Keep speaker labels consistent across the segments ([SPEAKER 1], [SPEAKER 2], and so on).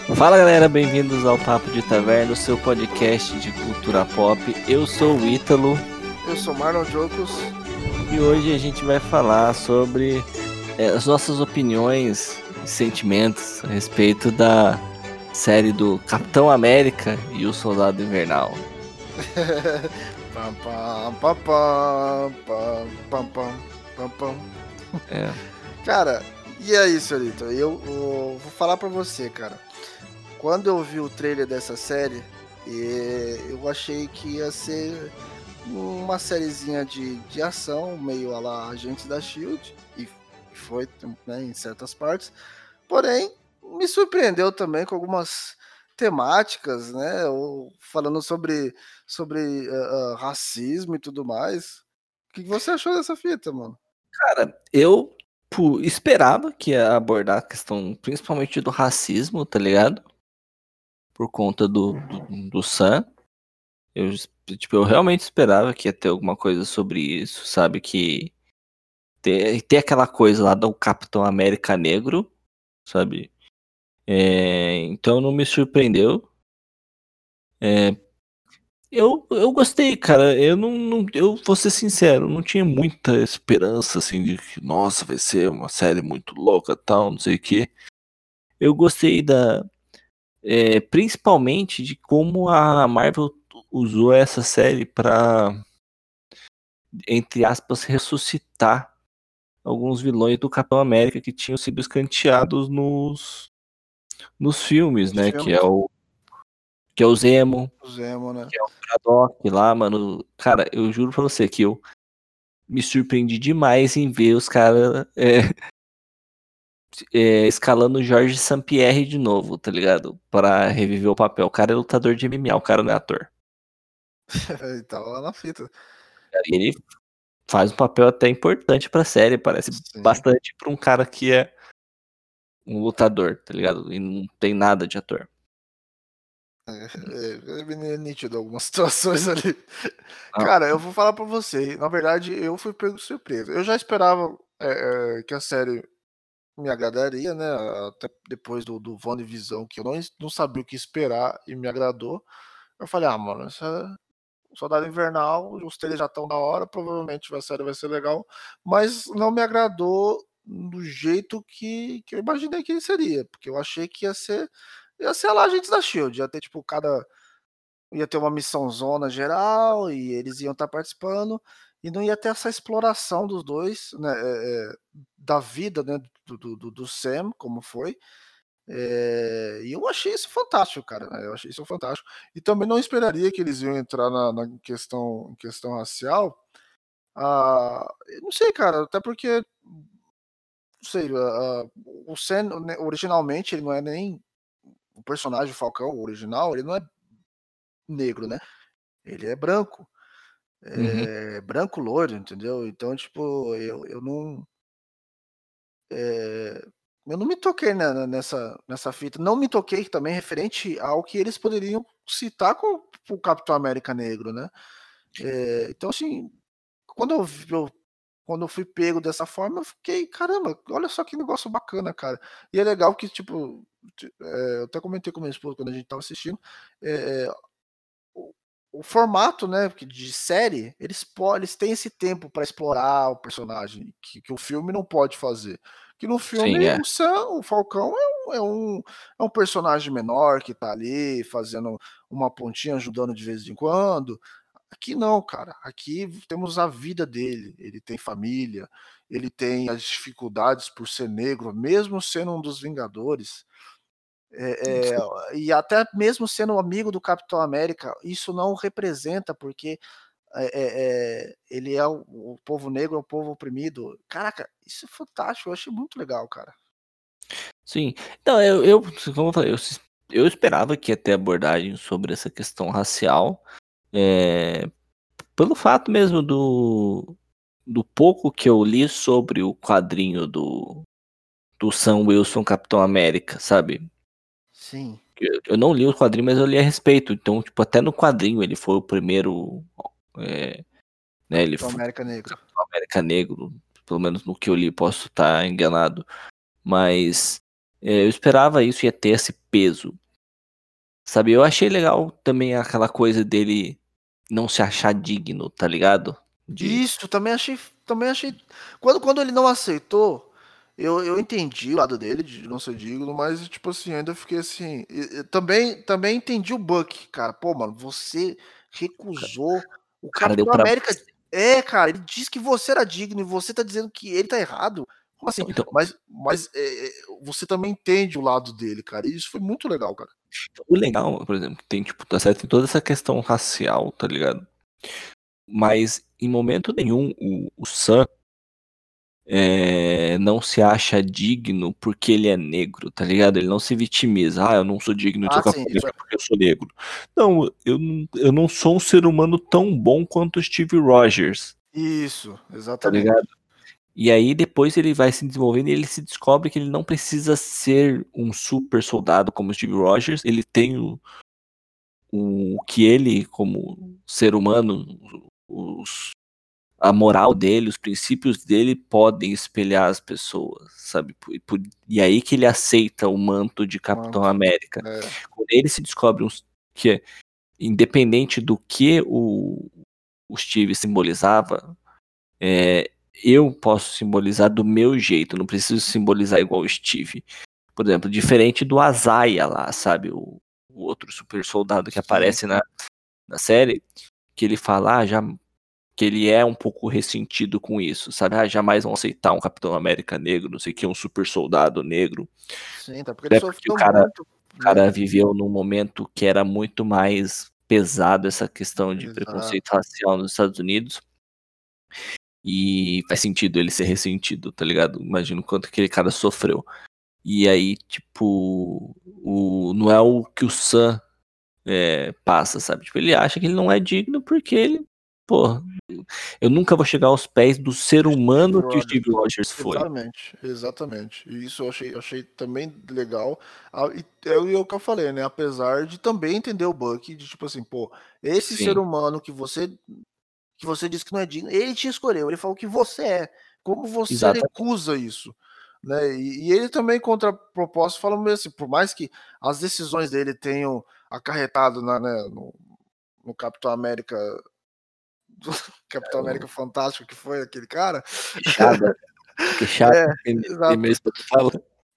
[SPEAKER 1] Fala galera, bem-vindos ao Papo de Taverna, o seu podcast de cultura pop. Eu sou o Ítalo.
[SPEAKER 2] Eu sou Marlon Jocos.
[SPEAKER 1] E hoje a gente vai falar sobre as nossas opiniões e sentimentos a respeito da série do Capitão América e o Soldado Invernal.
[SPEAKER 2] Pam, pam, pam, pam, pam, pam, pam, pam.
[SPEAKER 1] É.
[SPEAKER 2] Cara, e aí, senhorita? Eu vou falar pra você, cara. Quando eu vi o trailer dessa série, eu achei que ia ser uma sériezinha de ação, meio a la Agentes da S.H.I.E.L.D., e foi, né, em certas partes. Porém, me surpreendeu também com algumas temáticas, né? Falando sobre racismo e tudo mais. O que você achou dessa fita, mano?
[SPEAKER 1] Cara, eu esperava que ia abordar a questão principalmente do racismo, tá ligado? Por conta do Sam. Eu realmente esperava que ia ter alguma coisa sobre isso, sabe? Que ter aquela coisa lá do Capitão América Negro, sabe? Então não me surpreendeu. É, eu gostei, cara. Eu vou ser sincero, não tinha muita esperança assim de que, nossa, vai ser uma série muito louca, tal, não sei o quê. Eu gostei principalmente de como a Marvel usou essa série pra, entre aspas, ressuscitar alguns vilões do Capitão América que tinham sido escanteados nos filmes,
[SPEAKER 2] Os
[SPEAKER 1] né?
[SPEAKER 2] filmes,
[SPEAKER 1] Que é o Zemo,
[SPEAKER 2] o Zemo, né?
[SPEAKER 1] que é o Braddock lá, mano. Cara, eu juro pra você que eu me surpreendi demais em ver os caras escalando o Jorge St-Pierre de novo, tá ligado? Pra reviver o papel. O cara é lutador de MMA, o cara não é ator.
[SPEAKER 2] E tava lá na fita.
[SPEAKER 1] E ele faz um papel até importante pra série, parece
[SPEAKER 2] Sim.
[SPEAKER 1] bastante pra um cara que é um lutador, tá ligado? E não tem nada de ator.
[SPEAKER 2] É bem nítido algumas situações ali.
[SPEAKER 1] Ah,
[SPEAKER 2] Cara, eu vou falar pra você. Na verdade, eu fui pego de surpresa. Eu já esperava que a série me agradaria, né? Até depois do WandaVision, que eu não sabia o que esperar e me agradou. Eu falei, ah, mano, essa Soldado Invernal, os trailers já estão da hora, provavelmente a série vai ser legal, mas não me agradou do jeito que eu imaginei que ele seria, porque eu achei que ia ser lá Agentes da Shield, ia ter tipo ia ter uma missão zona geral e eles iam estar participando e não ia ter essa exploração dos dois, né, da vida, né, do Sam, como foi. E eu achei isso fantástico, cara. Né? Eu achei isso fantástico. E também não esperaria que eles iam entrar na questão racial. Eu não sei, cara, até porque, não sei, o Sam, né, originalmente, ele não é nem o personagem Falcão, o original, ele não é negro, né? Ele é branco.
[SPEAKER 1] uhum.
[SPEAKER 2] Branco loiro, entendeu? Então, tipo, eu não me toquei nessa fita. Não me toquei também referente ao que eles poderiam citar com o Capitão América Negro, né? Então, assim, quando quando eu fui pego dessa forma, eu fiquei, caramba, olha só que negócio bacana, cara. E é legal que, tipo, eu até comentei com minha esposa quando a gente tava assistindo, é, o, o formato, né, de série, eles têm esse tempo para explorar o personagem, que o filme não pode fazer. Que no
[SPEAKER 1] Sim,
[SPEAKER 2] filme
[SPEAKER 1] é.
[SPEAKER 2] o Falcão é um personagem menor que tá ali fazendo uma pontinha, ajudando de vez em quando. Aqui não, cara. Aqui temos a vida dele. Ele tem família, ele tem as dificuldades por ser negro, mesmo sendo um dos Vingadores. É, é, e até mesmo sendo amigo do Capitão América, isso não representa, porque ele é o povo negro, é um povo oprimido. Caraca, isso é fantástico, eu achei muito legal, cara.
[SPEAKER 1] Sim. Então, como eu falei, eu esperava que ia ter abordagem sobre essa questão racial. é, Pelo fato mesmo do pouco que eu li sobre o quadrinho do Sam Wilson Capitão América, sabe?
[SPEAKER 2] Sim,
[SPEAKER 1] Eu não li o quadrinho, mas eu li a respeito. Então, tipo, até no quadrinho ele foi o primeiro. é, né, ele
[SPEAKER 2] Capitão
[SPEAKER 1] foi
[SPEAKER 2] América
[SPEAKER 1] o
[SPEAKER 2] Negro.
[SPEAKER 1] Capitão América Negro, pelo menos no que eu li, posso estar enganado. Mas Eu esperava isso ia ter esse peso. Sabe, eu achei legal também aquela coisa dele não se achar digno, tá ligado? De
[SPEAKER 2] Isso, também achei. Quando ele não aceitou, eu entendi o lado dele de não ser digno, mas tipo assim, ainda fiquei assim. Também entendi o Buck, cara. Pô, mano, você recusou o
[SPEAKER 1] o cara deu
[SPEAKER 2] Capitão
[SPEAKER 1] pra
[SPEAKER 2] América.
[SPEAKER 1] você.
[SPEAKER 2] É, cara, ele disse que você era digno e você tá dizendo que ele tá errado. Como assim?
[SPEAKER 1] Então,
[SPEAKER 2] Mas você também entende o lado dele, cara. E isso foi muito legal, cara.
[SPEAKER 1] o legal, por exemplo, que tem, tipo, tá certo, tem toda essa questão racial, tá ligado? Mas em momento nenhum o Sam não se acha digno porque ele é negro, tá ligado? Ele não se vitimiza. Ah, eu não sou digno de ser
[SPEAKER 2] Ah,
[SPEAKER 1] o
[SPEAKER 2] sim,
[SPEAKER 1] Capitão
[SPEAKER 2] isso
[SPEAKER 1] América porque eu sou negro. Não, eu não sou um ser humano tão bom quanto o Steve Rogers,
[SPEAKER 2] isso,
[SPEAKER 1] tá
[SPEAKER 2] exatamente.
[SPEAKER 1] ligado? E aí depois ele vai se desenvolvendo e ele se descobre que ele não precisa ser um super soldado como o Steve Rogers. Ele tem o que ele, como ser humano, os a moral dele, os princípios dele podem espelhar as pessoas, sabe? E aí que ele aceita o manto de Capitão
[SPEAKER 2] Manto.
[SPEAKER 1] América.
[SPEAKER 2] É,
[SPEAKER 1] Quando ele se descobre que, independente do que o Steve simbolizava, eu posso simbolizar do meu jeito, não preciso simbolizar igual o Steve. Por exemplo, diferente do Azaia lá, sabe? O outro super soldado que
[SPEAKER 2] sim.
[SPEAKER 1] aparece na série, que ele fala, já que ele é um pouco ressentido com isso, sabe? Ah, jamais vão aceitar um Capitão América negro, não sei o que, um super soldado negro.
[SPEAKER 2] Sim, tá, porque ele
[SPEAKER 1] Até porque
[SPEAKER 2] sofreu muito,
[SPEAKER 1] o
[SPEAKER 2] né.
[SPEAKER 1] cara viveu num momento que era muito mais pesado essa questão de
[SPEAKER 2] Exato.
[SPEAKER 1] preconceito racial nos Estados Unidos. E faz sentido ele ser ressentido, tá ligado? Imagino quanto aquele cara sofreu. E aí, tipo, não é o que o Sam passa, sabe? Tipo, ele acha que ele não é digno porque ele, pô, eu nunca vou chegar aos pés do ser
[SPEAKER 2] Steve
[SPEAKER 1] humano que o
[SPEAKER 2] Rogers.
[SPEAKER 1] Steve Rogers foi.
[SPEAKER 2] Exatamente, exatamente. E isso eu achei também legal. É o que eu falei, né, apesar de também entender o Bucky de tipo assim, pô, esse ser
[SPEAKER 1] Sim,
[SPEAKER 2] humano que você disse que não é digno, ele te escolheu, ele falou que você é. Como você
[SPEAKER 1] exatamente.
[SPEAKER 2] recusa isso? Né, e ele também contra propósito fala mesmo assim, por mais que as decisões dele tenham acarretado no Capitão América Capitão América Fantástico, que foi aquele cara.
[SPEAKER 1] Queixada, queixada,
[SPEAKER 2] É,
[SPEAKER 1] que
[SPEAKER 2] exato.
[SPEAKER 1] meu esposo fala.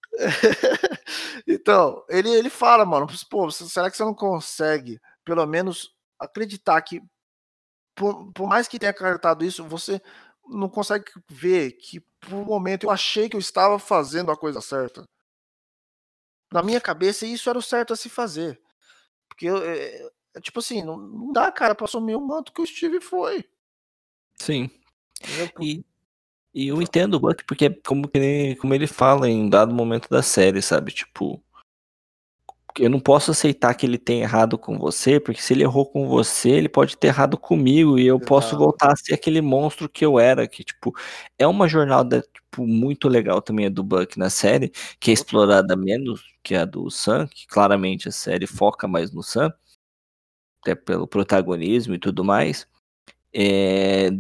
[SPEAKER 2] Então, ele fala, mano, pô, será que você não consegue, pelo menos, acreditar que, por mais que tenha acarretado isso, você não consegue ver que, por um momento, eu achei que eu estava fazendo a coisa certa? Na minha cabeça, isso era o certo a se fazer. Porque tipo assim, não dá, cara, pra assumir o manto que o Steve foi.
[SPEAKER 1] Sim.
[SPEAKER 2] Entendeu?
[SPEAKER 1] E, e eu entendo o Buck porque é como ele fala em dado momento da série, sabe? Tipo, eu não posso aceitar que ele tenha errado com você, porque se ele errou com você, ele pode ter errado comigo e eu posso
[SPEAKER 2] Exato.
[SPEAKER 1] voltar a ser aquele monstro que eu era, que tipo, é uma jornada tipo muito legal também a do Buck na série, que é
[SPEAKER 2] Total.
[SPEAKER 1] explorada menos que a do Sam, que claramente a série foca mais no Sam, até pelo protagonismo e tudo mais. É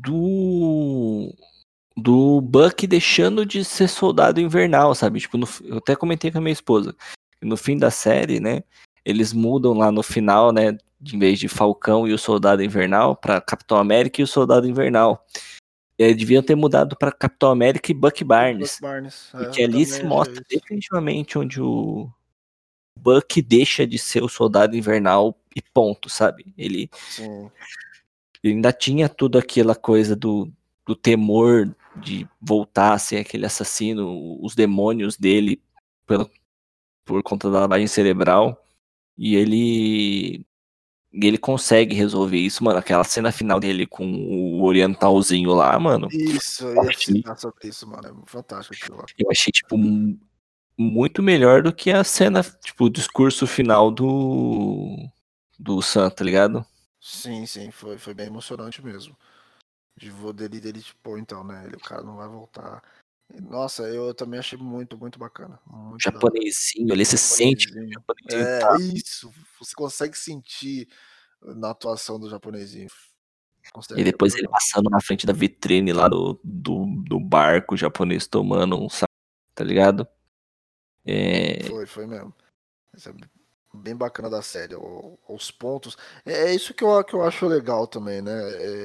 [SPEAKER 1] do Buck deixando de ser soldado invernal, sabe? Tipo, eu até comentei com a minha esposa. No fim da série, né? Eles mudam lá no final, né? De em vez de Falcão e o Soldado Invernal, para Capitão América e o Soldado Invernal. E aí deviam ter mudado para Capitão América e Buck
[SPEAKER 2] E Buck
[SPEAKER 1] Barnes.
[SPEAKER 2] Barnes,
[SPEAKER 1] Porque
[SPEAKER 2] eu
[SPEAKER 1] ali
[SPEAKER 2] também
[SPEAKER 1] se
[SPEAKER 2] achei
[SPEAKER 1] mostra
[SPEAKER 2] isso.
[SPEAKER 1] definitivamente onde o Buck deixa de ser o Soldado Invernal e ponto, sabe?
[SPEAKER 2] Sim.
[SPEAKER 1] Ele ainda tinha toda aquela coisa do temor de voltar a ser aquele assassino, os demônios dele pela, por conta da lavagem cerebral. E ele consegue resolver isso, mano. Aquela cena final dele com o orientalzinho lá, mano.
[SPEAKER 2] Isso, eu
[SPEAKER 1] Eu
[SPEAKER 2] ia
[SPEAKER 1] achei,
[SPEAKER 2] citar sobre isso, mano, é fantástico aquilo lá.
[SPEAKER 1] eu achei tipo, muito melhor do que a cena, tipo, o discurso final do Sam, tá ligado?
[SPEAKER 2] Sim, sim, foi bem emocionante mesmo. De vô dele, tipo, então, né, o cara não vai voltar. Nossa, eu também achei muito, muito bacana,
[SPEAKER 1] O
[SPEAKER 2] muito da hora.
[SPEAKER 1] japonesinho ali, você sente que o
[SPEAKER 2] Japonesinho.
[SPEAKER 1] japonesinho
[SPEAKER 2] É,
[SPEAKER 1] tá.
[SPEAKER 2] isso, você consegue sentir na atuação do japonesinho.
[SPEAKER 1] E
[SPEAKER 2] Considero que é bem
[SPEAKER 1] depois ele
[SPEAKER 2] legal.
[SPEAKER 1] passando na frente da vitrine lá do barco japonês tomando um saco, tá ligado?
[SPEAKER 2] Foi mesmo. Isso é bem bacana da série. Os pontos. É isso que eu acho legal também, né?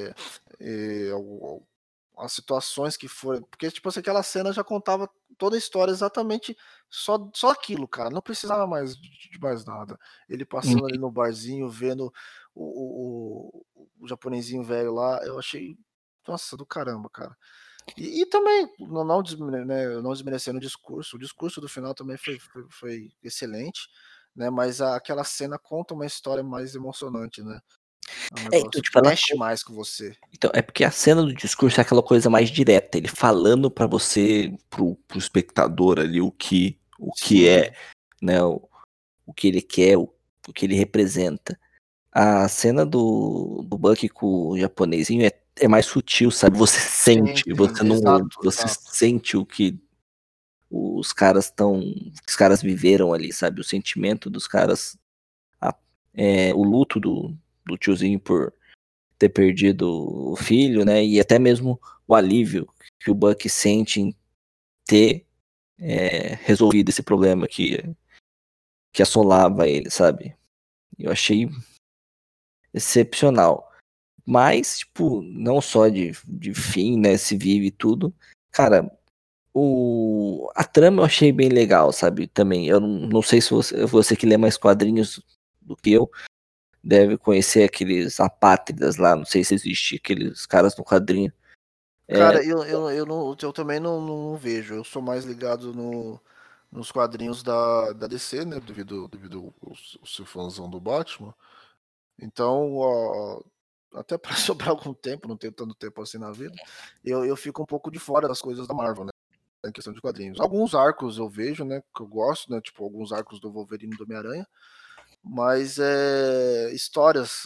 [SPEAKER 2] As situações que foram. Porque, tipo assim, aquela cena já contava toda a história exatamente só aquilo, cara. Não precisava mais de mais nada. Ele passando ali no barzinho, vendo o japonesinho velho lá, eu achei. Nossa, do caramba, cara. E também, não desmerecendo o discurso do final também foi excelente, né? Mas aquela cena conta uma história mais emocionante, né? É um
[SPEAKER 1] Então,
[SPEAKER 2] negócio
[SPEAKER 1] tipo,
[SPEAKER 2] que mexe mais com você.
[SPEAKER 1] então, é porque a cena do discurso é aquela coisa mais direta, ele falando pra você, pro espectador ali, o que é,
[SPEAKER 2] Sim,
[SPEAKER 1] né, o que ele quer, o que ele representa. A cena do Bucky com o japonesinho é mais sutil, sabe? Você
[SPEAKER 2] sim,
[SPEAKER 1] sente,
[SPEAKER 2] sim,
[SPEAKER 1] você não ouve,
[SPEAKER 2] exato,
[SPEAKER 1] você
[SPEAKER 2] exato.
[SPEAKER 1] sente o que os caras viveram ali, sabe? O sentimento dos caras, o luto do tiozinho por ter perdido o filho, né? E até mesmo o alívio que o Buck sente em ter resolvido esse problema que assolava ele, sabe? Eu achei excepcional. Mas, tipo, não só de fim, né? Se vive e tudo. Cara, a trama eu achei bem legal, sabe? Também. Eu não sei se você que lê mais quadrinhos do que eu, deve conhecer aqueles apátridas lá. Não sei se existe aqueles caras no quadrinho. É,
[SPEAKER 2] Cara, eu também não vejo. Eu sou mais ligado nos quadrinhos da DC, né? Devido ao ser fãzão do Batman. Então, até para sobrar algum tempo, não tenho tanto tempo assim na vida, eu fico um pouco de fora das coisas da Marvel, né? Em questão de quadrinhos. Alguns arcos eu vejo, né? Que eu gosto, né? Tipo, alguns arcos do Wolverine e do Homem-Aranha. Mas histórias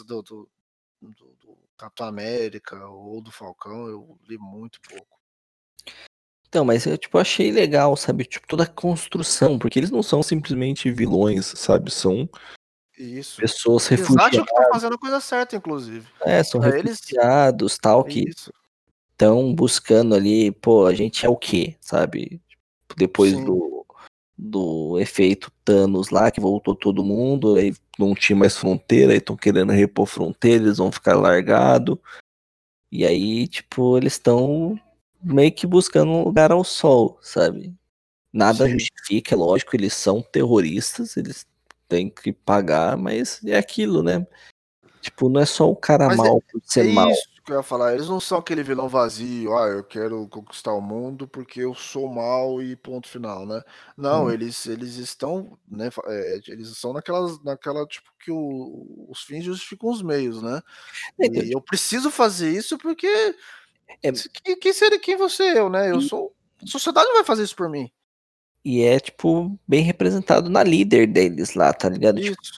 [SPEAKER 2] do Capitão América ou do Falcão eu li muito pouco.
[SPEAKER 1] então, mas eu, tipo, achei legal, sabe? Tipo, toda a construção, porque eles não são simplesmente vilões, sabe? São
[SPEAKER 2] Isso.
[SPEAKER 1] pessoas
[SPEAKER 2] Eles acham
[SPEAKER 1] refugiadas,
[SPEAKER 2] que estão fazendo a coisa certa, inclusive.
[SPEAKER 1] são
[SPEAKER 2] Para eles,
[SPEAKER 1] refugiados, tal,
[SPEAKER 2] é
[SPEAKER 1] que
[SPEAKER 2] isso.
[SPEAKER 1] estão buscando ali, pô, a gente é o quê, sabe? Depois
[SPEAKER 2] Sim,
[SPEAKER 1] do efeito Thanos lá, que voltou todo mundo, aí não tinha mais fronteira, aí estão querendo repor fronteira, eles vão ficar largados. E aí, tipo, eles estão meio que buscando um lugar ao sol, sabe? Nada
[SPEAKER 2] sim.
[SPEAKER 1] justifica, é lógico, eles são terroristas, eles têm que pagar, mas é aquilo, né? Tipo, não é só o cara
[SPEAKER 2] Mas
[SPEAKER 1] mal por ser
[SPEAKER 2] é
[SPEAKER 1] mal.
[SPEAKER 2] isso que eu ia falar. Eles não são aquele vilão vazio, eu quero conquistar o mundo porque eu sou mal e ponto final, né? Não,
[SPEAKER 1] Hum.
[SPEAKER 2] eles estão, né? Eles são naquela tipo que os fins justificam os meios, né?
[SPEAKER 1] Então,
[SPEAKER 2] E eu preciso fazer isso porque
[SPEAKER 1] é,
[SPEAKER 2] quem seria quem você eu, né? Eu
[SPEAKER 1] e,
[SPEAKER 2] sou. A sociedade não vai fazer isso por mim.
[SPEAKER 1] e é, tipo, bem representado na líder deles lá, tá ligado? Tipo,
[SPEAKER 2] Isso.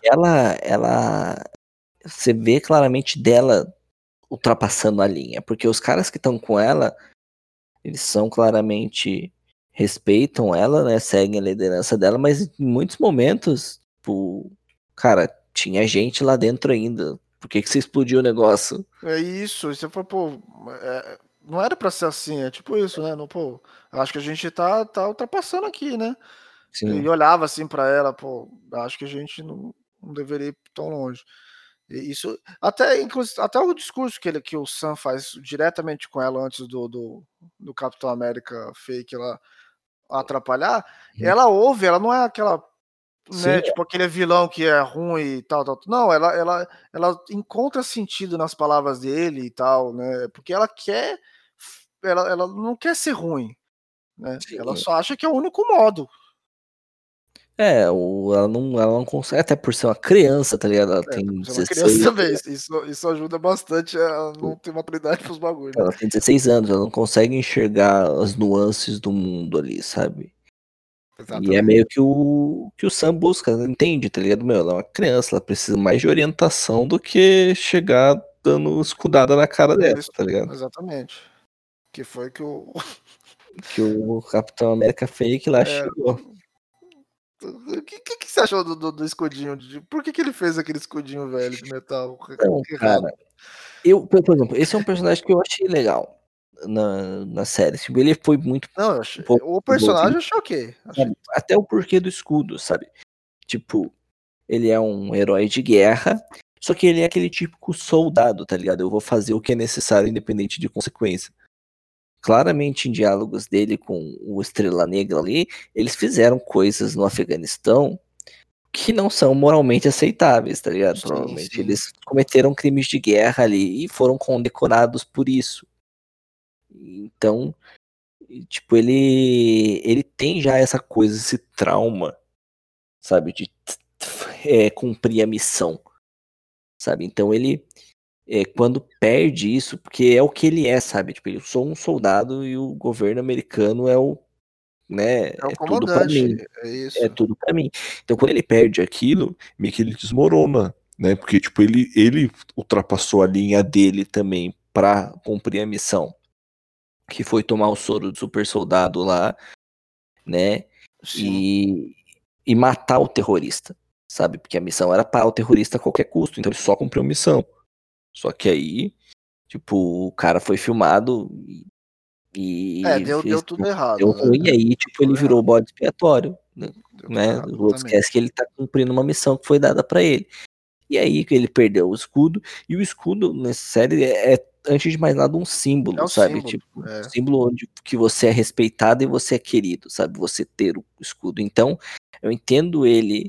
[SPEAKER 1] você vê claramente dela ultrapassando a linha, porque os caras que estão com ela, eles são claramente respeitam ela, né? Seguem a liderança dela, mas em muitos momentos, tipo, cara, tinha gente lá dentro ainda. Por que você explodiu o negócio?
[SPEAKER 2] É isso. E você fala, pô, não era pra ser assim. É tipo isso, né? Não, pô, acho que a gente tá ultrapassando aqui, né?
[SPEAKER 1] Sim.
[SPEAKER 2] E olhava assim pra ela, pô, acho que a gente não deveria ir tão longe. E isso até inclusive até o discurso que o Sam faz diretamente com ela antes do Capitão América fake lá atrapalhar,
[SPEAKER 1] Uhum.
[SPEAKER 2] ela ouve, ela não é aquela,
[SPEAKER 1] Sim,
[SPEAKER 2] né, tipo aquele vilão que é ruim e tal. Não, ela encontra sentido nas palavras dele e tal, né, porque ela quer ela não quer ser ruim, né, ela
[SPEAKER 1] sim.
[SPEAKER 2] só acha que é o único modo.
[SPEAKER 1] Ela não consegue, até por ser uma criança, tá ligado? Ela
[SPEAKER 2] É,
[SPEAKER 1] tem
[SPEAKER 2] você é uma criança
[SPEAKER 1] 16,
[SPEAKER 2] também, isso ajuda bastante a não ter maturidade para os bagulho, né.
[SPEAKER 1] ela tem 16 anos, ela não consegue enxergar as nuances do mundo ali, sabe? E é meio
[SPEAKER 2] Exatamente.
[SPEAKER 1] que o Sam busca, ela entende, tá ligado? Meu, ela é uma criança, ela precisa mais de orientação do que chegar dando escudada na cara dela,
[SPEAKER 2] Isso,
[SPEAKER 1] tá ligado?
[SPEAKER 2] exatamente. Que foi que o
[SPEAKER 1] Que o Capitão América Fake lá
[SPEAKER 2] é,
[SPEAKER 1] chegou.
[SPEAKER 2] o que você achou do escudinho por que ele fez aquele escudinho velho de metal
[SPEAKER 1] Então,
[SPEAKER 2] errado?
[SPEAKER 1] cara, por exemplo, esse é um personagem que eu achei legal. na série. Tipo, ele foi muito
[SPEAKER 2] Não, eu
[SPEAKER 1] um
[SPEAKER 2] achei,
[SPEAKER 1] pouco
[SPEAKER 2] o personagem
[SPEAKER 1] envolvido,
[SPEAKER 2] eu achei ok.
[SPEAKER 1] sabe? Até o porquê do escudo, sabe? Tipo, ele é um herói de guerra, só que ele é aquele típico soldado, tá ligado? Eu vou fazer o que é necessário, independente de consequência. Claramente, em diálogos dele com o Estrela Negra ali, eles fizeram coisas no Afeganistão que não são moralmente aceitáveis, tá ligado?
[SPEAKER 2] Sim,
[SPEAKER 1] Provavelmente
[SPEAKER 2] sim.
[SPEAKER 1] eles cometeram crimes de guerra ali e foram condecorados por isso. Então, tipo, ele tem já essa coisa, esse trauma, sabe, de cumprir a missão, sabe? Então ele quando perde isso, porque é o que ele é, sabe? Tipo, eu sou um soldado e o governo americano é o, né,
[SPEAKER 2] É o
[SPEAKER 1] é tudo pra
[SPEAKER 2] comandante,
[SPEAKER 1] mim.
[SPEAKER 2] é
[SPEAKER 1] É
[SPEAKER 2] isso.
[SPEAKER 1] tudo pra mim. Então quando ele perde aquilo, meio que ele desmorona, né? Porque, tipo, ele ultrapassou a linha dele também pra cumprir a missão, que foi tomar o soro do super soldado lá, né?
[SPEAKER 2] Sim.
[SPEAKER 1] E matar o terrorista, sabe? Porque a missão era parar o terrorista a qualquer custo, então ele só cumpriu a missão. Só que aí, tipo, o cara foi filmado
[SPEAKER 2] É,
[SPEAKER 1] e
[SPEAKER 2] deu tudo
[SPEAKER 1] deu
[SPEAKER 2] errado, né?
[SPEAKER 1] ruim, e aí,
[SPEAKER 2] Deu
[SPEAKER 1] tipo, ele
[SPEAKER 2] tudo
[SPEAKER 1] virou
[SPEAKER 2] errado.
[SPEAKER 1] bode expiatório,
[SPEAKER 2] Deu tudo
[SPEAKER 1] né?
[SPEAKER 2] errado
[SPEAKER 1] O outro
[SPEAKER 2] exatamente.
[SPEAKER 1] esquece que ele tá cumprindo uma missão que foi dada pra ele. E aí que ele perdeu o escudo, e o escudo nessa série antes de mais nada, um
[SPEAKER 2] É
[SPEAKER 1] símbolo,
[SPEAKER 2] o
[SPEAKER 1] sabe?
[SPEAKER 2] símbolo,
[SPEAKER 1] Tipo, um
[SPEAKER 2] é.
[SPEAKER 1] símbolo onde que você é respeitado e você é querido, sabe? Você ter o escudo. Então, eu entendo ele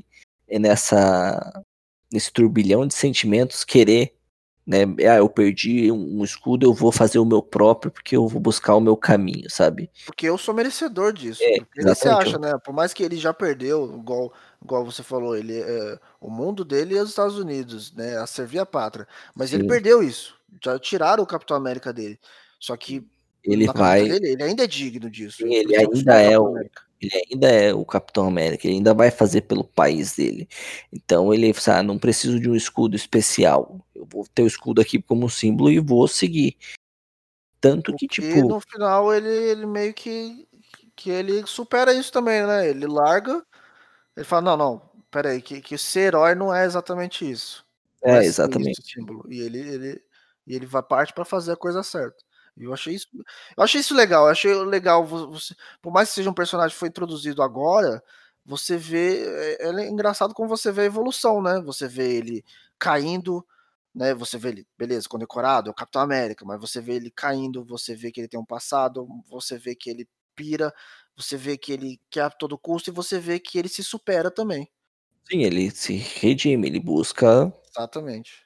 [SPEAKER 1] nesse turbilhão de sentimentos, querer, né? Eu perdi um escudo, eu vou fazer o meu próprio, porque eu vou buscar o meu caminho, sabe?
[SPEAKER 2] Porque eu sou merecedor disso. Porque ele se
[SPEAKER 1] Exatamente.
[SPEAKER 2] acha, né? Por mais que ele já perdeu, igual você falou, ele o mundo dele é os Estados Unidos, né? A servir a pátria. Mas ele
[SPEAKER 1] Sim,
[SPEAKER 2] perdeu isso. Já tiraram o Capitão América dele. Só que
[SPEAKER 1] ele
[SPEAKER 2] na cabeça
[SPEAKER 1] vai.
[SPEAKER 2] dele, ele ainda é digno disso.
[SPEAKER 1] Sim,
[SPEAKER 2] Por isso que eu sou o Capitão América.
[SPEAKER 1] ele ainda é o Capitão América, ele ainda vai fazer pelo país dele. Então ele fala, não preciso de um escudo especial. Eu vou ter o escudo aqui como símbolo e vou seguir. Tanto
[SPEAKER 2] O
[SPEAKER 1] que,
[SPEAKER 2] que
[SPEAKER 1] tipo,
[SPEAKER 2] no final ele meio que ele supera isso também, né? Ele larga, ele fala, não, não, pera aí, que ser herói não é exatamente isso. Não é ser isso o
[SPEAKER 1] exatamente.
[SPEAKER 2] símbolo. E ele vai parte para fazer a coisa certa. E eu achei isso legal, eu achei legal você, por mais que seja um personagem que foi introduzido agora, você vê, é engraçado como você vê a evolução, né? Você vê ele caindo, né? Você vê ele, beleza, condecorado, é o Capitão América, mas você vê ele caindo, você vê que ele tem um passado, você vê que ele pira, você vê que ele quer a todo custo e você vê que ele se supera também.
[SPEAKER 1] Sim, ele se redime, ele busca
[SPEAKER 2] Exatamente.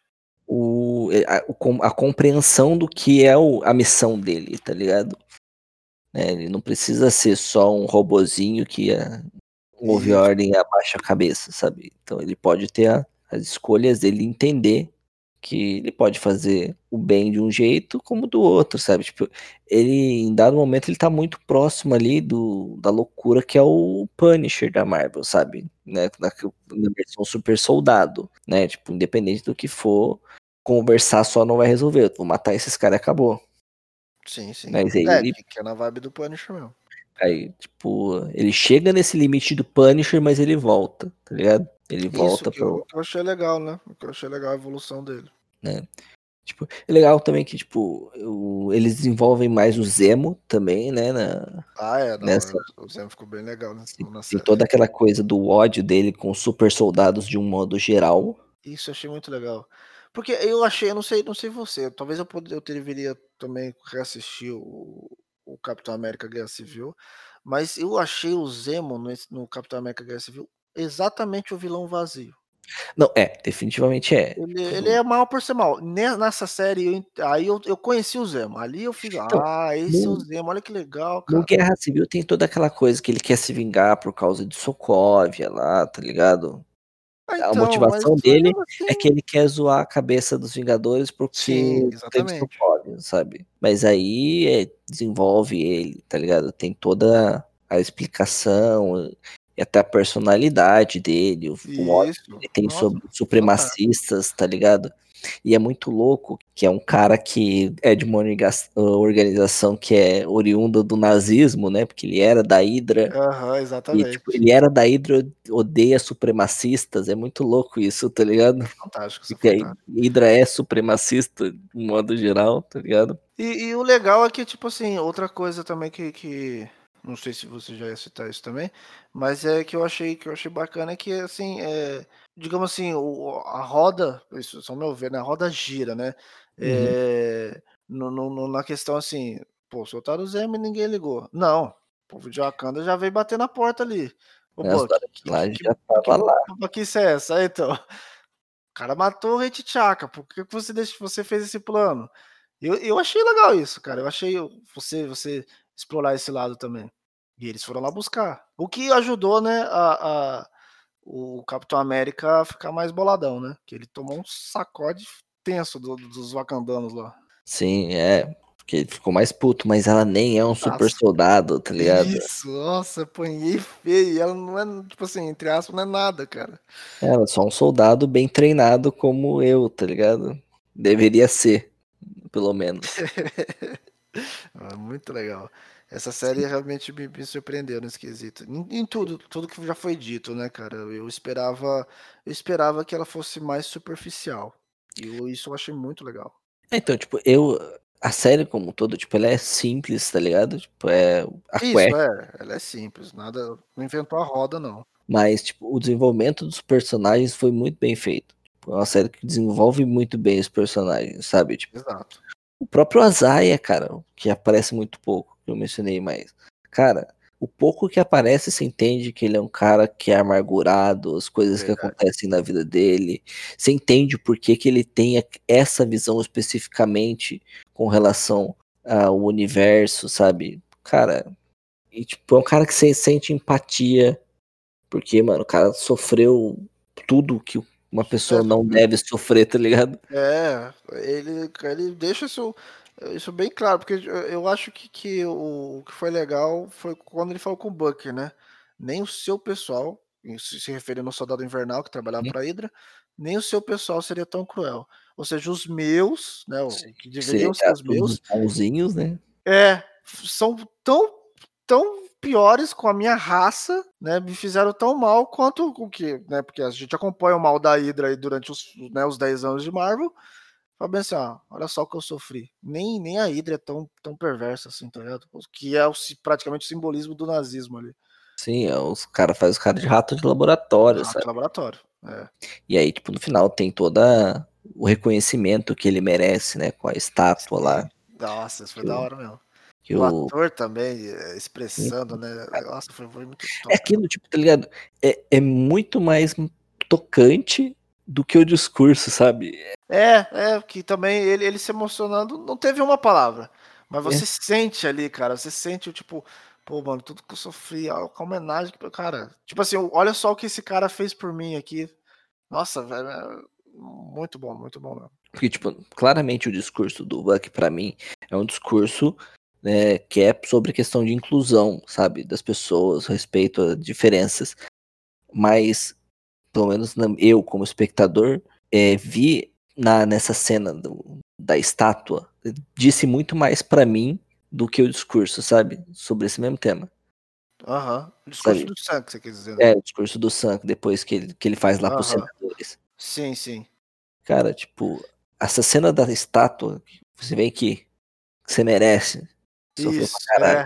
[SPEAKER 1] a compreensão do que é a missão dele, tá ligado? Né, ele não precisa ser só um robozinho que ouve a
[SPEAKER 2] Isso.
[SPEAKER 1] ordem e abaixa a cabeça, sabe? Então ele pode ter as escolhas dele, entender que ele pode fazer o bem de um jeito como do outro, sabe? Tipo, ele, em dado momento, ele tá muito próximo ali da loucura que é o Punisher da Marvel, sabe? Né? Na versão super soldado, né? Tipo, independente do que for, conversar só não vai resolver. Eu vou matar esses caras e acabou.
[SPEAKER 2] Sim, sim.
[SPEAKER 1] Mas aí
[SPEAKER 2] É,
[SPEAKER 1] ele
[SPEAKER 2] que é na vibe do Punisher mesmo.
[SPEAKER 1] Aí, tipo, ele chega nesse limite do Punisher, mas ele volta, tá ligado? Ele
[SPEAKER 2] Isso
[SPEAKER 1] volta pro,
[SPEAKER 2] que eu achei legal, né? O que eu achei legal a evolução dele.
[SPEAKER 1] né? Tipo, é legal também que, tipo, eles desenvolvem mais o Zemo também, né?
[SPEAKER 2] Ah, é, não,
[SPEAKER 1] Nessa,
[SPEAKER 2] o Zemo ficou bem legal, né, na
[SPEAKER 1] tem
[SPEAKER 2] série.
[SPEAKER 1] toda aquela coisa do ódio dele com os super soldados de um modo geral.
[SPEAKER 2] Isso eu achei muito legal. Porque eu achei, eu não sei você, talvez eu deveria também reassistir o Capitão América Guerra Civil, mas eu achei o Zemo no Capitão América Guerra Civil exatamente o vilão vazio.
[SPEAKER 1] Não, definitivamente é.
[SPEAKER 2] Ele é mal por ser mal. Nessa série, aí eu conheci o Zemo. Ali eu fiz,
[SPEAKER 1] Então,
[SPEAKER 2] esse é o
[SPEAKER 1] no,
[SPEAKER 2] Zemo, olha que legal,
[SPEAKER 1] no
[SPEAKER 2] cara.
[SPEAKER 1] Guerra Civil tem toda aquela coisa que ele quer se vingar por causa de Sokovia lá, tá ligado?
[SPEAKER 2] Ah,
[SPEAKER 1] A
[SPEAKER 2] então,
[SPEAKER 1] motivação
[SPEAKER 2] mas
[SPEAKER 1] dele
[SPEAKER 2] mesmo
[SPEAKER 1] é que
[SPEAKER 2] assim.
[SPEAKER 1] ele quer zoar a cabeça dos Vingadores
[SPEAKER 2] Sim,
[SPEAKER 1] porque teve
[SPEAKER 2] exatamente.
[SPEAKER 1] Sokovia, sabe? Mas aí desenvolve ele, tá ligado? Tem toda a explicação e até a personalidade dele, o ódio que
[SPEAKER 2] Isso.
[SPEAKER 1] ele tem
[SPEAKER 2] Nossa,
[SPEAKER 1] sobre os
[SPEAKER 2] fantástico.
[SPEAKER 1] supremacistas, tá ligado? E é muito louco que é um cara que é de uma organização que é oriunda do nazismo, né? Porque ele era da Hydra.
[SPEAKER 2] Aham,
[SPEAKER 1] E, tipo,
[SPEAKER 2] exatamente.
[SPEAKER 1] ele era da Hydra, odeia supremacistas. É muito louco isso, tá ligado?
[SPEAKER 2] Fantástico, isso é
[SPEAKER 1] Porque a
[SPEAKER 2] fantástico.
[SPEAKER 1] Hydra é supremacista, de um modo geral, tá ligado?
[SPEAKER 2] E o legal é que, tipo assim, outra coisa também que não sei se você já ia citar isso também, mas é que eu achei bacana é que, assim, digamos assim, a roda, isso só meu ver, né, a roda gira, né,
[SPEAKER 1] Uhum.
[SPEAKER 2] na questão assim, pô, soltaram o Zemo e ninguém ligou. Não, o povo de Wakanda já veio bater na porta ali. "Ô
[SPEAKER 1] As
[SPEAKER 2] Buck,
[SPEAKER 1] horas que lá já
[SPEAKER 2] que
[SPEAKER 1] tava lá.
[SPEAKER 2] babaquice é essa?" Aí então, o cara matou o Rei T'Chaka, por que que você fez esse plano? Eu achei legal isso, cara. Eu achei você explorar esse lado também. E eles foram lá buscar. O que ajudou, né, o Capitão América a ficar mais boladão, né, que ele tomou um sacode tenso dos wakandanos lá.
[SPEAKER 1] Sim, é. Porque ele ficou mais puto, mas ela nem é um super
[SPEAKER 2] Putaço.
[SPEAKER 1] soldado, tá ligado?
[SPEAKER 2] Isso, nossa, apanhei feio. E ela não é, tipo assim, entre aspas, não é nada, cara.
[SPEAKER 1] Ela é só um soldado bem treinado como eu, tá ligado? Deveria ser, pelo menos.
[SPEAKER 2] Ah, muito legal. Essa
[SPEAKER 1] Sim.
[SPEAKER 2] série realmente me surpreendeu nesse quesito. Em tudo que já foi dito, né, cara? Eu esperava que ela fosse mais superficial. Isso eu achei muito legal.
[SPEAKER 1] Então, tipo, a série como um todo, tipo, ela é simples, tá ligado? Tipo, a
[SPEAKER 2] Isso,
[SPEAKER 1] quest,
[SPEAKER 2] ela é simples, nada, não inventou a roda, não.
[SPEAKER 1] mas, tipo, o desenvolvimento dos personagens foi muito bem feito. Tipo, é uma série que desenvolve muito bem os personagens, sabe? Tipo,
[SPEAKER 2] Exato.
[SPEAKER 1] o próprio Azaia, cara, que aparece muito pouco, que eu mencionei mais. Cara, o pouco que aparece, você entende que ele é um cara que é amargurado, as coisas que
[SPEAKER 2] Verdade.
[SPEAKER 1] acontecem na vida dele. Você entende por que que ele tem essa visão especificamente com relação ao universo, sabe? Cara, e tipo, é um cara que você sente empatia, porque, mano, o cara sofreu tudo que uma pessoa não
[SPEAKER 2] Sofreu.
[SPEAKER 1] deve sofrer, tá ligado?
[SPEAKER 2] Ele deixa isso bem claro, porque eu acho que o que foi legal foi quando ele falou com o Bucky, né? Nem o seu pessoal, se referindo ao Soldado Invernal que trabalhava para a Hydra, nem o seu pessoal seria tão cruel. Ou seja, os meus, né,
[SPEAKER 1] Sim,
[SPEAKER 2] o que
[SPEAKER 1] que seria
[SPEAKER 2] deveriam
[SPEAKER 1] entre
[SPEAKER 2] ser os
[SPEAKER 1] aspas, os
[SPEAKER 2] meus,
[SPEAKER 1] bonzinhos, né?
[SPEAKER 2] são tão piores com a minha raça, né, me fizeram tão mal quanto o que, né, porque a gente acompanha o mal da Hydra aí durante os 10 anos de Marvel. Fala bem assim: "Ó, olha só o que eu sofri". Nem a Hydra é tão perversa assim, tá ligado? Que é praticamente o simbolismo do nazismo ali,
[SPEAKER 1] Sim, os cara faz os cara de rato de laboratório,
[SPEAKER 2] rato de
[SPEAKER 1] sabe?
[SPEAKER 2] laboratório. É.
[SPEAKER 1] E aí, tipo, no final tem toda o reconhecimento que ele merece, né? Com a estátua
[SPEAKER 2] Sim.
[SPEAKER 1] lá,
[SPEAKER 2] Nossa, isso foi
[SPEAKER 1] que
[SPEAKER 2] da
[SPEAKER 1] o,
[SPEAKER 2] hora mesmo.
[SPEAKER 1] que
[SPEAKER 2] E o
[SPEAKER 1] o...
[SPEAKER 2] ator também, expressando, né, nossa, foi muito
[SPEAKER 1] É
[SPEAKER 2] top, mano.
[SPEAKER 1] aquilo, tipo, tá ligado? É muito mais tocante do que o discurso, sabe?
[SPEAKER 2] Que também ele se emocionando, não teve uma palavra, mas
[SPEAKER 1] É,
[SPEAKER 2] você sente ali, cara, você sente o tipo: "Pô, mano, tudo que eu sofri, ó, a homenagem que cara", tipo assim, olha só o que esse cara fez por mim aqui. Nossa, velho, muito bom mesmo.
[SPEAKER 1] porque, tipo, claramente o discurso do Buck, pra mim, é um discurso, né, que é sobre questão de inclusão, sabe? Das pessoas, respeito a diferenças. Mas pelo menos eu como espectador, vi nessa cena da estátua, disse muito mais pra mim do que o discurso, sabe? Sobre esse mesmo tema,
[SPEAKER 2] Aham. O discurso
[SPEAKER 1] sabe?
[SPEAKER 2] do sangue, você quer dizer, né?
[SPEAKER 1] É, o discurso do Sam, depois que ele faz lá pros
[SPEAKER 2] Aham.
[SPEAKER 1] senadores.
[SPEAKER 2] Sim, sim.
[SPEAKER 1] Cara, tipo, essa cena da estátua, você vê que você merece, sofreu pra
[SPEAKER 2] Isso,
[SPEAKER 1] caralho.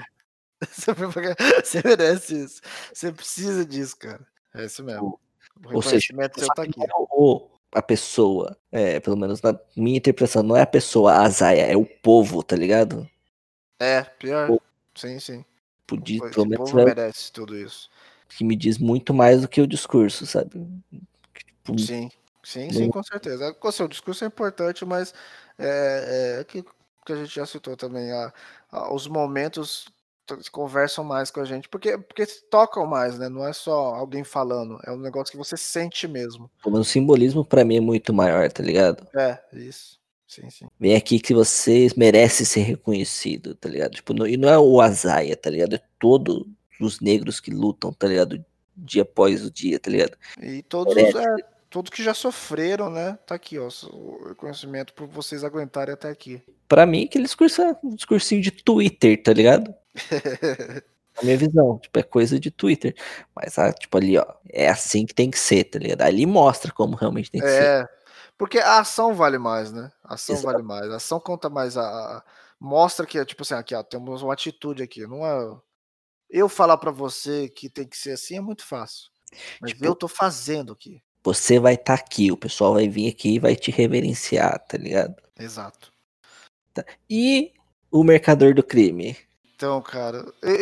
[SPEAKER 2] Você merece isso. Você precisa disso, cara. É isso mesmo.
[SPEAKER 1] Tipo,
[SPEAKER 2] O
[SPEAKER 1] ou seja,
[SPEAKER 2] reconhecimento
[SPEAKER 1] tipo,
[SPEAKER 2] seu
[SPEAKER 1] só
[SPEAKER 2] tá
[SPEAKER 1] que não
[SPEAKER 2] aqui.
[SPEAKER 1] é a pessoa, pelo menos na minha interpretação, não é a pessoa a Azaia, é o povo, tá ligado?
[SPEAKER 2] Pior.
[SPEAKER 1] O
[SPEAKER 2] Sim, sim.
[SPEAKER 1] povo, pelo
[SPEAKER 2] Esse
[SPEAKER 1] menos
[SPEAKER 2] povo merece tudo isso.
[SPEAKER 1] que me diz muito mais do que o discurso, sabe? Tipo,
[SPEAKER 2] Sim. Sim,
[SPEAKER 1] não-
[SPEAKER 2] com certeza. O seu discurso é importante, mas que a gente já citou também, os momentos conversam mais com a gente, porque tocam mais, né? Não é só alguém falando, é um negócio que você sente mesmo.
[SPEAKER 1] o simbolismo pra mim é muito maior, tá ligado?
[SPEAKER 2] Isso. Sim, sim.
[SPEAKER 1] Vem aqui que você merece ser reconhecido, tá ligado? Tipo, e não é o Azaia, tá ligado? É todos os negros que lutam, tá ligado? Dia após o dia, tá ligado?
[SPEAKER 2] E todos os.
[SPEAKER 1] Merece.
[SPEAKER 2] Todos que já sofreram, né? Tá aqui, ó. O reconhecimento por vocês aguentarem até aqui.
[SPEAKER 1] Pra mim, aquele discursinho de Twitter, tá ligado? Na minha visão, tipo, é coisa de Twitter. Mas, tipo, ali, ó, é assim que tem que ser, tá ligado? Ali mostra como realmente tem que ser.
[SPEAKER 2] É, porque a ação vale mais, né? A ação vale
[SPEAKER 1] Exato.
[SPEAKER 2] mais. A ação conta mais. Mostra que, tipo assim, aqui, ó, temos uma atitude aqui. Não é. Eu falar pra você que tem que ser assim é muito fácil. Mas eu
[SPEAKER 1] Tipo,
[SPEAKER 2] tô fazendo aqui.
[SPEAKER 1] você vai estar aqui, o pessoal vai vir aqui e vai te reverenciar, tá ligado?
[SPEAKER 2] Exato.
[SPEAKER 1] Tá. E o mercador do crime?
[SPEAKER 2] Então, cara,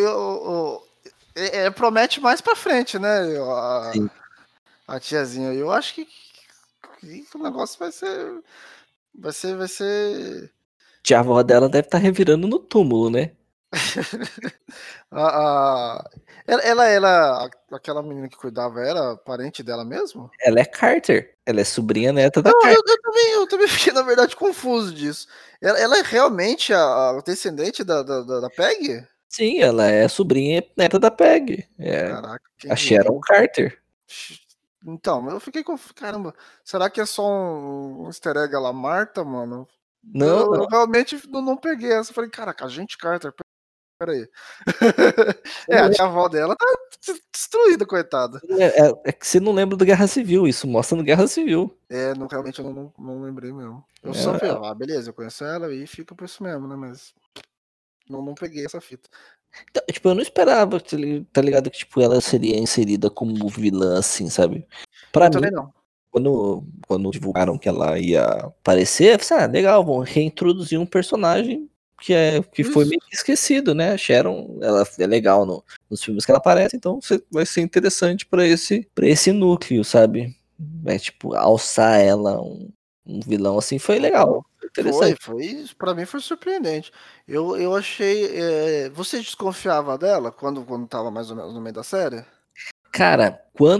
[SPEAKER 2] promete mais pra frente, né?
[SPEAKER 1] Sim.
[SPEAKER 2] A tiazinha. Eu acho que o negócio vai ser. Vai ser.
[SPEAKER 1] A avó dela deve estar revirando no túmulo, né?
[SPEAKER 2] A, a- ela, aquela menina que cuidava, era parente dela mesmo?
[SPEAKER 1] Ela é Carter. Ela é sobrinha neta da
[SPEAKER 2] Eu, eu,
[SPEAKER 1] Carter.
[SPEAKER 2] eu também fiquei, na verdade, confuso disso. Ela é realmente a descendente da Peg?
[SPEAKER 1] Sim, ela é sobrinha neta da Peg. É
[SPEAKER 2] Caraca, quem
[SPEAKER 1] a Sharon
[SPEAKER 2] diria?
[SPEAKER 1] Carter.
[SPEAKER 2] Então, eu fiquei confuso. Caramba, será que é só um easter egg à la Marta, mano?
[SPEAKER 1] Não,
[SPEAKER 2] Eu
[SPEAKER 1] não.
[SPEAKER 2] realmente não peguei essa. Eu falei, caraca, a gente Carter, peraí.
[SPEAKER 1] Você não
[SPEAKER 2] A
[SPEAKER 1] lembra,
[SPEAKER 2] tia avó dela tá destruída, coitada.
[SPEAKER 1] é que você não lembra do Guerra Civil. Isso mostra no Guerra Civil.
[SPEAKER 2] Realmente eu não lembrei mesmo. Eu só falei,
[SPEAKER 1] É,
[SPEAKER 2] beleza, eu conheço ela e fica por isso mesmo, né? Mas não peguei essa fita.
[SPEAKER 1] então, tipo, eu não esperava, tá ligado? Que tipo, ela seria inserida como vilã, assim, sabe?
[SPEAKER 2] Eu
[SPEAKER 1] Pra mim,
[SPEAKER 2] também não.
[SPEAKER 1] quando divulgaram que ela ia aparecer, eu falei, legal, vão reintroduzir um personagem que foi
[SPEAKER 2] Isso.
[SPEAKER 1] meio que esquecido, né? A Sharon, ela é legal nos filmes que ela aparece, então vai ser interessante pra esse núcleo, sabe? É tipo, alçar ela um vilão assim foi legal, foi interessante.
[SPEAKER 2] Foi, pra mim foi surpreendente. Eu achei. Você desconfiava dela quando tava mais ou menos no meio da série?
[SPEAKER 1] Cara,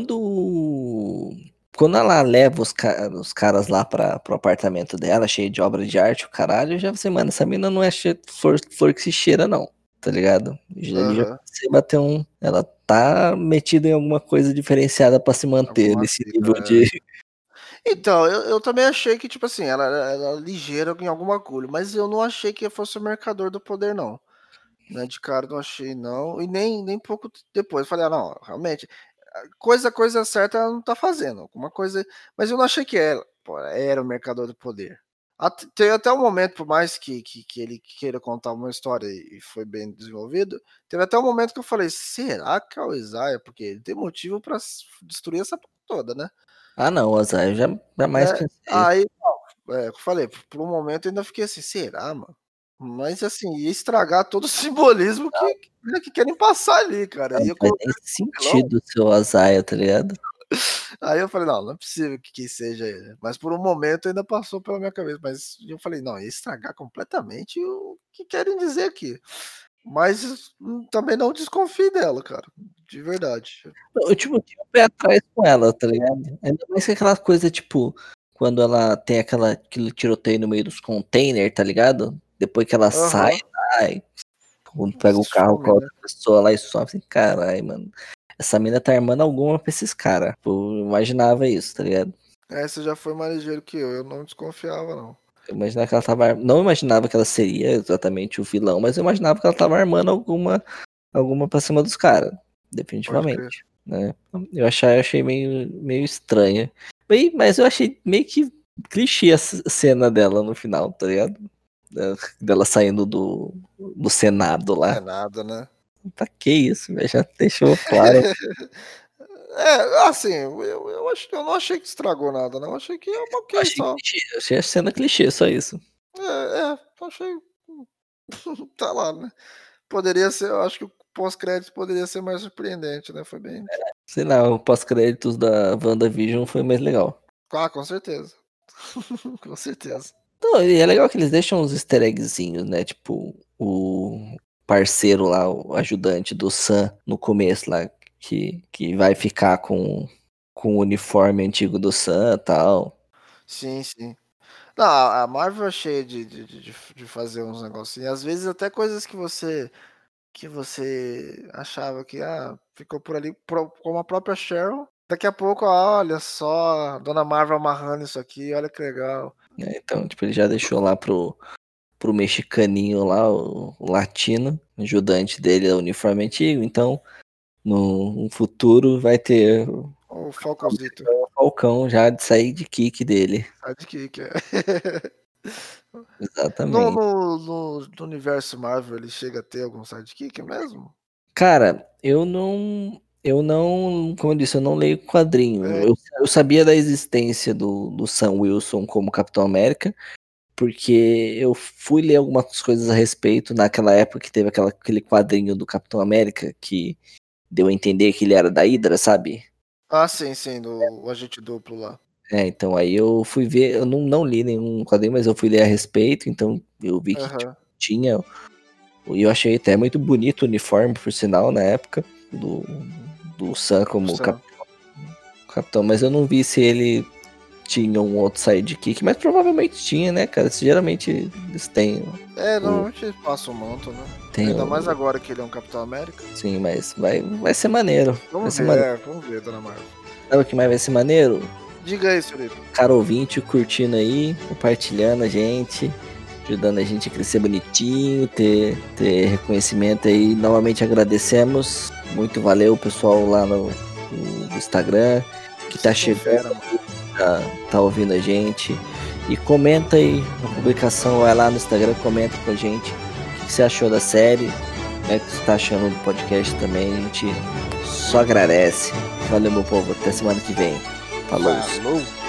[SPEAKER 1] quando ela leva os caras lá pro apartamento dela, cheio de obra de arte, o caralho, eu já sei, mano, essa mina não é flor que se cheira, não, tá ligado? Ali já
[SPEAKER 2] Aham.
[SPEAKER 1] você bateu ela tá metida em alguma coisa diferenciada pra se manter
[SPEAKER 2] Alguma
[SPEAKER 1] nesse
[SPEAKER 2] fita,
[SPEAKER 1] nível de.
[SPEAKER 2] Então, eu também achei que, tipo assim, ela era ligeira em algum agulho, mas eu não achei que fosse o mercador do poder, não. Né, de cara não achei, não. E nem pouco depois. Eu falei, não, realmente, coisa certa ela não tá fazendo. Alguma coisa. Mas eu não achei que ela, pô, era o mercador do poder. Tem até um momento, por mais que ele queira contar uma história e foi bem desenvolvido, teve até um momento que eu falei, será que é o Isaiah? Porque ele tem motivo pra destruir essa porra toda, né?
[SPEAKER 1] Ah, não, Azar, eu jamais
[SPEAKER 2] Né?
[SPEAKER 1] pensei isso.
[SPEAKER 2] Aí, eu falei, por um momento eu ainda fiquei assim, será, mano? Mas assim, ia estragar todo o simbolismo que querem passar ali, cara.
[SPEAKER 1] Não
[SPEAKER 2] Ia
[SPEAKER 1] faz
[SPEAKER 2] colocar
[SPEAKER 1] nem
[SPEAKER 2] ele como vilão.
[SPEAKER 1] sentido o seu Azaia, tá ligado?
[SPEAKER 2] Aí eu falei, não é possível que seja ele. Mas por um momento ainda passou pela minha cabeça. Mas eu falei, não, ia estragar completamente o que querem dizer aqui. Mas também não desconfie dela, cara. De verdade.
[SPEAKER 1] Eu, tipo, tinha um pé atrás com ela, tá ligado? Ainda mais que aquela coisa, tipo, quando ela tem aquele tiroteio no meio dos containers, tá ligado? Depois que ela sai
[SPEAKER 2] Aham.
[SPEAKER 1] lá, e quando pega o carro com
[SPEAKER 2] Some,
[SPEAKER 1] a
[SPEAKER 2] né?
[SPEAKER 1] outra pessoa lá e some, assim, caralho, mano. Essa mina tá armando alguma pra esses caras. Eu imaginava isso, tá ligado?
[SPEAKER 2] Essa já foi mais ligeiro que eu. Eu não desconfiava, não.
[SPEAKER 1] Eu imaginava que ela tava. Não imaginava que ela seria exatamente o vilão, mas eu imaginava que ela tava armando alguma pra cima dos caras.
[SPEAKER 2] Pode crer.
[SPEAKER 1] Definitivamente. Né? Eu achei meio estranha. Mas eu achei meio que clichê a cena dela no final, tá ligado? Dela saindo do Senado
[SPEAKER 2] É
[SPEAKER 1] lá.
[SPEAKER 2] nada, né?
[SPEAKER 1] Pra que isso, velho? Já deixou claro.
[SPEAKER 2] Assim, eu não achei que estragou nada, não. Eu achei que é uma
[SPEAKER 1] Eu
[SPEAKER 2] ok
[SPEAKER 1] achei
[SPEAKER 2] só.
[SPEAKER 1] clichê, eu achei a cena clichê, só isso.
[SPEAKER 2] Achei. Tá lá, né? Poderia ser, eu acho que o pós-crédito poderia ser mais surpreendente, né? Foi bem.
[SPEAKER 1] Sei lá, o pós-créditos da WandaVision foi mais legal.
[SPEAKER 2] Ah, com certeza. Com certeza.
[SPEAKER 1] Não, e é legal que eles deixam uns easter eggzinhos, né? Tipo, o parceiro lá, o ajudante do Sam no começo lá, que vai ficar com o uniforme antigo do Sam e tal.
[SPEAKER 2] Sim, sim. Não, a Marvel é cheia de fazer uns negocinhos. Às vezes até coisas que você achava que ficou por ali, como a própria Cheryl. Daqui a pouco, olha só, Dona Marvel amarrando isso aqui, olha que legal.
[SPEAKER 1] Então, tipo, ele já deixou lá pro mexicaninho lá, o latino, ajudante dele, é o uniforme antigo. Então, no futuro vai ter
[SPEAKER 2] O Falcãozito.
[SPEAKER 1] o Falcão já de sair de kick dele.
[SPEAKER 2] Sidekick, é.
[SPEAKER 1] Exatamente.
[SPEAKER 2] No universo Marvel, ele chega a ter algum sidekick mesmo?
[SPEAKER 1] Cara, eu não, como eu disse, eu não leio quadrinho.
[SPEAKER 2] É.
[SPEAKER 1] Eu sabia da existência do Sam Wilson como Capitão América, porque eu fui ler algumas coisas a respeito naquela época que teve aquele quadrinho do Capitão América que deu a entender que ele era da Hydra, sabe?
[SPEAKER 2] Ah, sim, o agente duplo lá.
[SPEAKER 1] Então aí eu fui ver, eu não li nenhum quadrinho, mas eu fui ler a respeito, então eu vi que tipo,
[SPEAKER 2] Aham.
[SPEAKER 1] tinha, e eu achei até muito bonito o uniforme, por sinal, na época, do Sam como
[SPEAKER 2] Sam.
[SPEAKER 1] capitão, mas eu não vi se ele tinha um outro sidekick, mas provavelmente tinha, né, cara? Geralmente eles têm o.
[SPEAKER 2] Normalmente ele passa o manto, né?
[SPEAKER 1] Tem
[SPEAKER 2] Ainda mais
[SPEAKER 1] o
[SPEAKER 2] agora que ele é um Capitão América.
[SPEAKER 1] sim, mas vai ser maneiro. Vai
[SPEAKER 2] Vamos
[SPEAKER 1] ser
[SPEAKER 2] ver,
[SPEAKER 1] maneiro.
[SPEAKER 2] vamos ver, Dona Marvel.
[SPEAKER 1] Sabe o que mais vai ser maneiro?
[SPEAKER 2] Diga aí, senhorita.
[SPEAKER 1] Cara ouvinte curtindo aí, compartilhando a gente, ajudando a gente a crescer bonitinho, ter reconhecimento aí. Novamente agradecemos. Muito valeu, pessoal, lá no Instagram, que tá
[SPEAKER 2] Vocês são
[SPEAKER 1] chegando,
[SPEAKER 2] fera, mano.
[SPEAKER 1] tá ouvindo a gente. E comenta aí na publicação, vai lá no Instagram, comenta com a gente o que você achou da série, né, o que você tá achando do podcast também. A gente só agradece. Valeu, meu povo. Até semana que vem. Falou.
[SPEAKER 2] Falou.